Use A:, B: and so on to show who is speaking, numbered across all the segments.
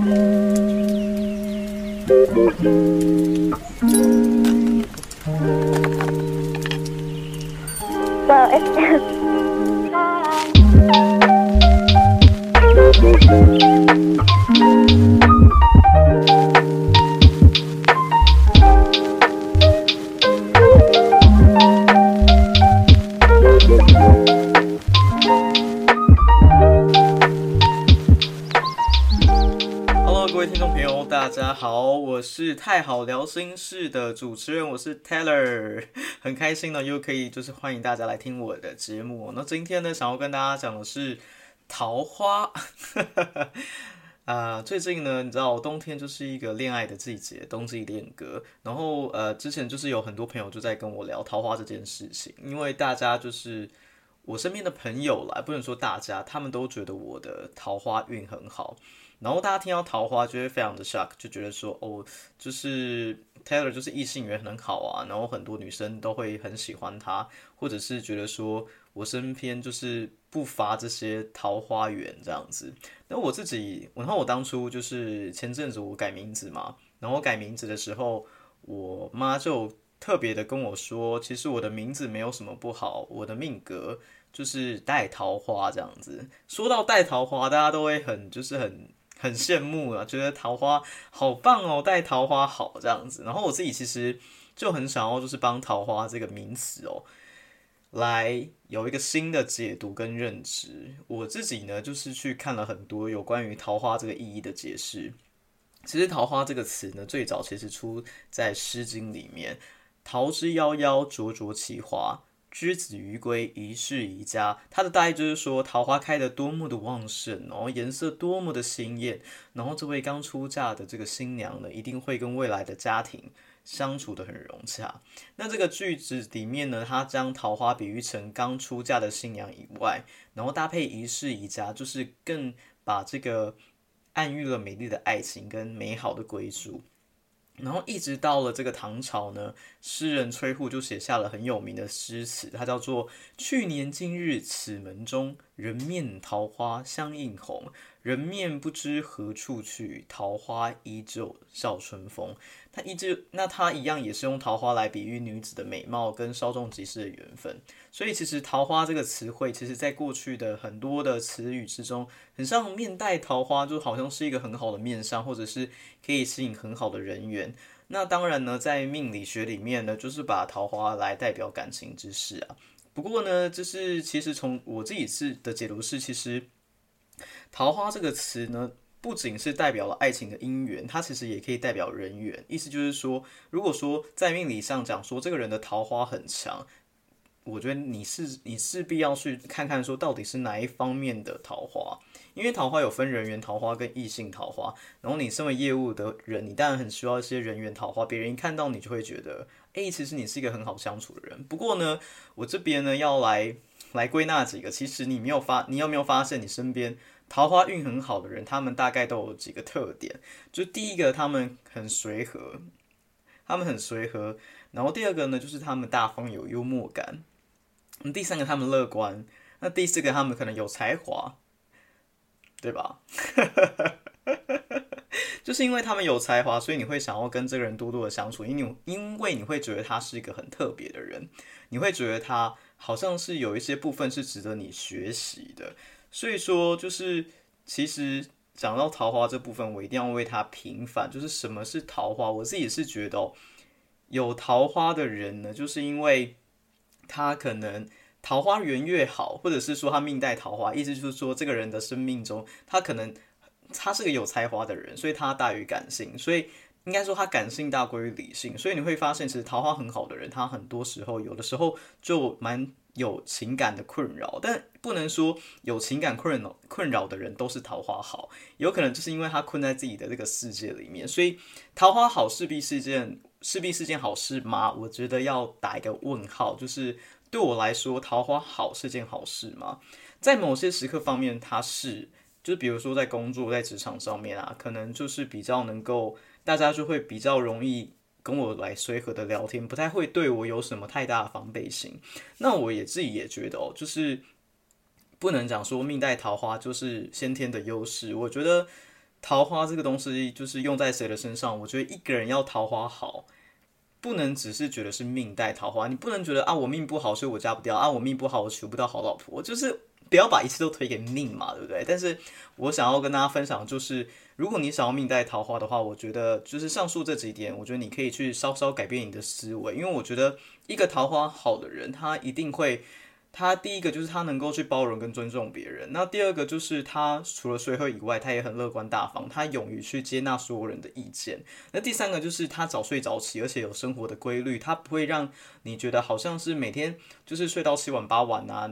A: 各位听众朋友，大家好，我是太好聊心事的主持人，我是 Taylor， 很开心呢，又可以欢迎大家来听我的节目。那今天呢，想要跟大家讲的是桃花。最近呢，你知道冬天就是一个恋爱的季节，冬季恋歌。然后之前有很多朋友就在跟我聊桃花这件事情，因为大家我身边的朋友啦，不能说大家，他们都觉得我的桃花运很好。然后大家听到桃花就会非常的 shock， 就觉得说Taylor 异性缘很好啊，然后很多女生都会很喜欢他，或者是觉得说我身边不乏这些桃花源这样子。然后我当初前阵子我改名字嘛，然后我改名字的时候，我妈就特别的跟我说，其实我的名字没有什么不好，我的命格带桃花这样子。说到带桃花，大家都会很羡慕啊，觉得桃花好棒哦，带桃花好这样子。然后我自己其实就很想要帮桃花这个名词来有一个新的解读跟认知。我自己呢去看了很多有关于桃花这个意义的解释。其实桃花这个词呢，最早其实出在《诗经》里面，桃之夭夭，灼灼其华。之子于归，宜室宜家。它的大意就是说，桃花开得多么的旺盛，然后颜色多么的鲜艳，然后这位刚出嫁的这个新娘呢，一定会跟未来的家庭相处得很融洽。那这个句子里面呢，它将桃花比喻成刚出嫁的新娘以外，然后搭配宜室宜家，更把这个暗喻了美丽的爱情跟美好的归宿。然后一直到了这个唐朝呢，诗人崔护就写下了很有名的诗词，它叫做去年今日此门中，人面桃花相映红。人面不知何处去，桃花依旧笑春风。他一样也是用桃花来比喻女子的美貌跟稍纵即逝的缘分。所以其实桃花这个词汇，其实在过去的很多的词语之中，很像面带桃花，就好像是一个很好的面相，或者是可以吸引很好的人缘。那当然呢，在命理学里面呢，把桃花来代表感情之事啊。不过呢，其实从我自己的解读是，其实桃花这个词呢，不仅是代表了爱情的姻缘，它其实也可以代表人缘。意思就是说，如果说在命理上讲说这个人的桃花很强，我觉得你势必要去看看说到底是哪一方面的桃花，因为桃花有分人缘桃花跟异性桃花。然后你身为业务的人，你当然很需要一些人缘桃花，别人一看到你就会觉得，其实你是一个很好相处的人。不过呢，我这边呢要来归纳几个，其实你有没有发现你身边桃花运很好的人，他们大概都有几个特点。就第一个，他们很随和，然后第二个呢，他们大方有幽默感。第三个，他们乐观。那第四个，他们可能有才华，对吧？因为他们有才华，所以你会想要跟这个人多多的相处，因为你会觉得他是一个很特别的人，你会觉得他好像是有一些部分是值得你学习的。所以说，其实讲到桃花这部分，我一定要为他平反。什么是桃花？我自己是觉得有桃花的人呢，因为他可能桃花缘越好，或者是说他命带桃花，意思就是说这个人的生命中，他是个有才华的人，所以他大于感性，所以应该说他感性大过于理性。所以你会发现，其实桃花很好的人，他很多时候有的时候就蛮有情感的困扰，但不能说有情感困扰的人都是桃花好，有可能因为他困在自己的这个世界里面。所以桃花好势必是件好事吗？我觉得要打一个问号。对我来说，桃花好是件好事吗？在某些时刻方面，它是，比如说在工作、在职场上面啊，可能比较能够，大家就会比较容易跟我来随和的聊天，不太会对我有什么太大的防备心。那我自己也觉得不能讲说命带桃花就是先天的优势。我觉得桃花这个东西就是用在谁的身上，我觉得一个人要桃花好，不能只是觉得是命带桃花，你不能觉得啊我命不好，所以我嫁不掉啊，我命不好，我娶不到好老婆，就是不要把一切都推给命嘛，对不对？但是我想要跟大家分享的就是，如果你想要命带桃花的话，我觉得就是上述这几点，我觉得你可以去稍稍改变你的思维，因为我觉得一个桃花好的人，他一定会。他第一个就是他能够去包容跟尊重别人，那第二个就是他除了随和以外，他也很乐观大方，他勇于去接纳所有人的意见。那第三个就是他早睡早起，而且有生活的规律，他不会让你觉得好像是每天就是睡到7晚8晚啊，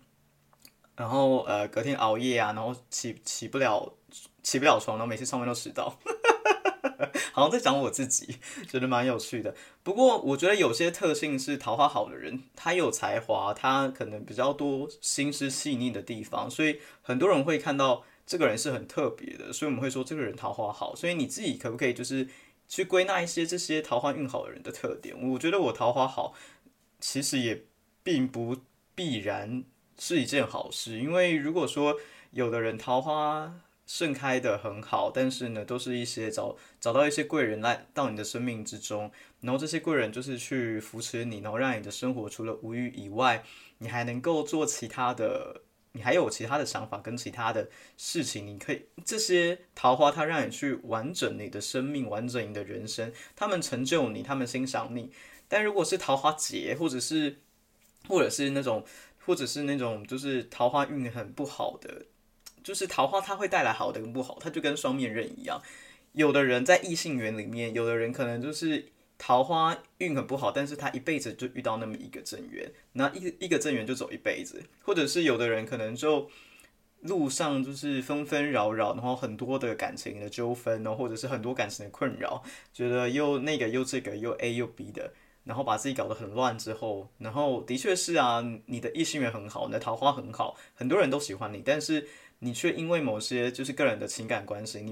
A: 然后隔天熬夜啊，然后起不了床，然后每次上班都迟到。好像在讲我自己，觉得蛮有趣的。不过我觉得有些特性是桃花好的人，他有才华，他可能比较多心思细腻的地方，所以很多人会看到这个人是很特别的，所以我们会说这个人桃花好。所以你自己可不可以就是去归纳一些这些桃花运好的人的特点？我觉得我桃花好，其实也并不必然是一件好事，因为如果说有的人桃花盛开的很好，但是呢，都是一些找到一些贵人来到你的生命之中，然后这些贵人就是去扶持你，然后让你的生活除了无虞以外，你还能够做其他的，你还有其他的想法跟其他的事情，你可以这些桃花它让你去完整你的生命，完整你的人生，他们成就你，他们欣赏你。但如果是桃花劫，或者是那种，就是桃花运很不好的，就是桃花它会带来好的跟不好，它就跟双面刃一样。有的人在异性缘里面，有的人可能就是桃花运很不好，但是他一辈子就遇到那么一个正缘，那一个正缘就走一辈子。或者是有的人可能就路上就是纷纷扰扰，然后很多的感情的纠纷，然后或者是很多感情的困扰，觉得又那个又这个又 A 又 B 的，然后把自己搞得很乱之后，然后的确是啊，你的异性缘很好，你的桃花很好，很多人都喜欢你，但是你却因为某些就是个人的情感关系，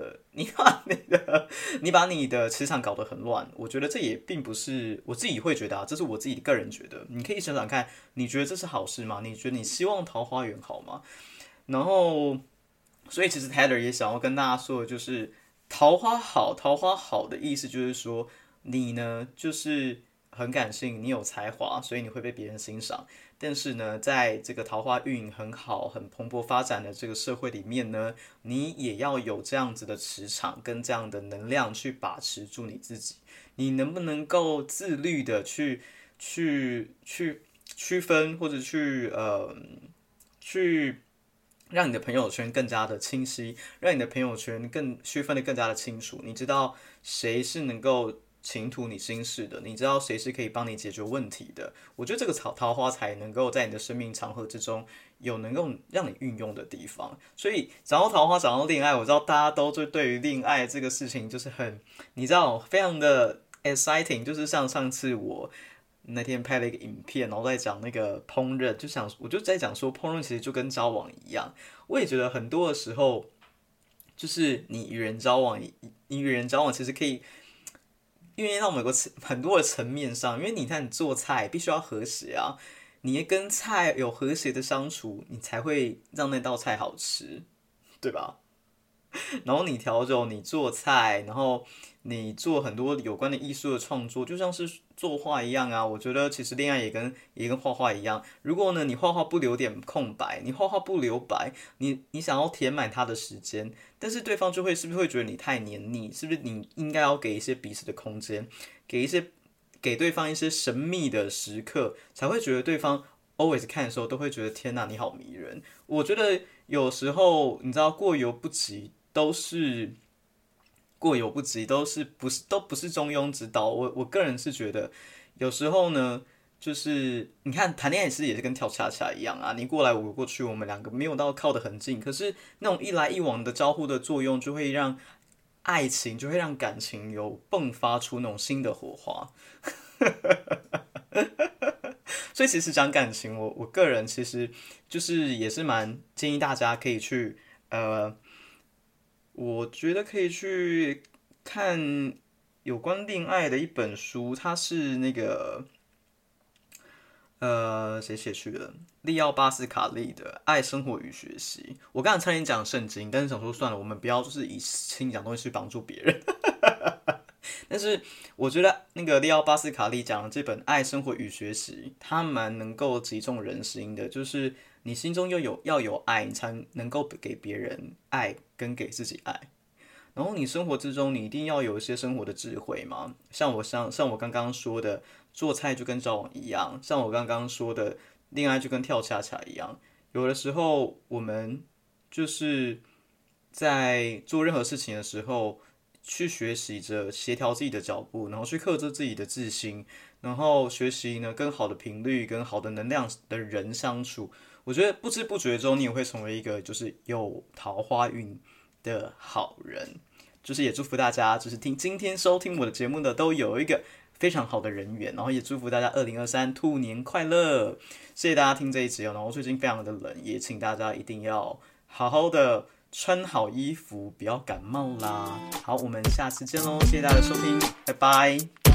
A: 你把你的磁场搞得很乱，我觉得这也并不是我自己会觉得啊，这是我自己个人觉得，你可以想想看，你觉得这是好事吗？你觉得你希望桃花源好吗？然后，所以其实 Taylor 也想要跟大家说的就是，桃花好，桃花好的意思就是说，你呢就是很感性，你有才华，所以你会被别人欣赏。但是呢，在这个桃花运很好、很蓬勃发展的这个社会里面呢，你也要有这样子的磁场跟这样的能量去把持住你自己。你能不能够自律的去区分，或者去让你的朋友圈更加的清晰，让你的朋友圈更区分的更加的清楚。你知道谁是能够倾吐你心事的，你知道谁是可以帮你解决问题的。我觉得这个桃花才能够在你的生命长河之中有能够让你运用的地方。所以讲到桃花，讲到恋爱，我知道大家都对于恋爱这个事情就是很，你知道非常的 exciting，就是像上次我那天拍了一个影片，然后在讲那个烹饪，我就在讲说烹饪其实就跟交往一样，我也觉得很多的时候，就是你与人交往其实可以运用到某个很多的层面上，因为你看你做菜必须要和谐啊，你跟菜有和谐的相处，你才会让那道菜好吃，对吧？然后你调酒，你做菜，然后你做很多有关的艺术的创作，就像是作画一样啊。我觉得其实恋爱也跟画画一样。如果呢你画画不留点空白，你画画不留白，你想要填满他的时间，但是对方是不是会觉得你太黏腻？是不是你应该要给一些彼此的空间，给对方一些神秘的时刻，才会觉得对方 always 看的时候都会觉得天哪，你好迷人。我觉得有时候你知道过犹不及，都不是中庸之道。我个人是觉得，有时候呢，就是你看谈恋爱也是跟跳恰恰一样啊，你过来我过去，我们两个没有到靠得很近，可是那种一来一往的招呼的作用，就会让爱情，就会让感情有迸发出那种新的火花。所以其实讲感情，我个人其实就是也是蛮建议大家可以去呃。我觉得可以去看有关恋爱的一本书，它是那个谁写去了？利奥巴斯卡利的《爱生活与学习》。我刚才差点讲圣经，但是想说算了，我们不要就是以轻讲东西去帮助别人。但是我觉得那个利奥巴斯卡利讲的这本《爱生活与学习》，它蛮能够击中人心的，就是你心中要有爱，你才能够给别人爱，跟给自己爱。然后你生活之中，你一定要有一些生活的智慧嘛。像我刚刚说的，做菜就跟交往一样；像我刚刚说的，恋爱就跟跳恰恰一样。有的时候，我们就是在做任何事情的时候，去学习着协调自己的脚步，然后去克制自己的自信，然后学习呢跟好的频率、跟好的能量的人相处。我觉得不知不觉中，你也会成为一个就是有桃花运的好人。就是也祝福大家，就是今天收听我的节目的都有一个非常好的人缘，然后也祝福大家2023兔年快乐！谢谢大家听这一集哦。然后最近非常的冷，也请大家一定要好好的穿好衣服，不要感冒啦。好，我们下次见喽，谢谢大家的收听，拜拜。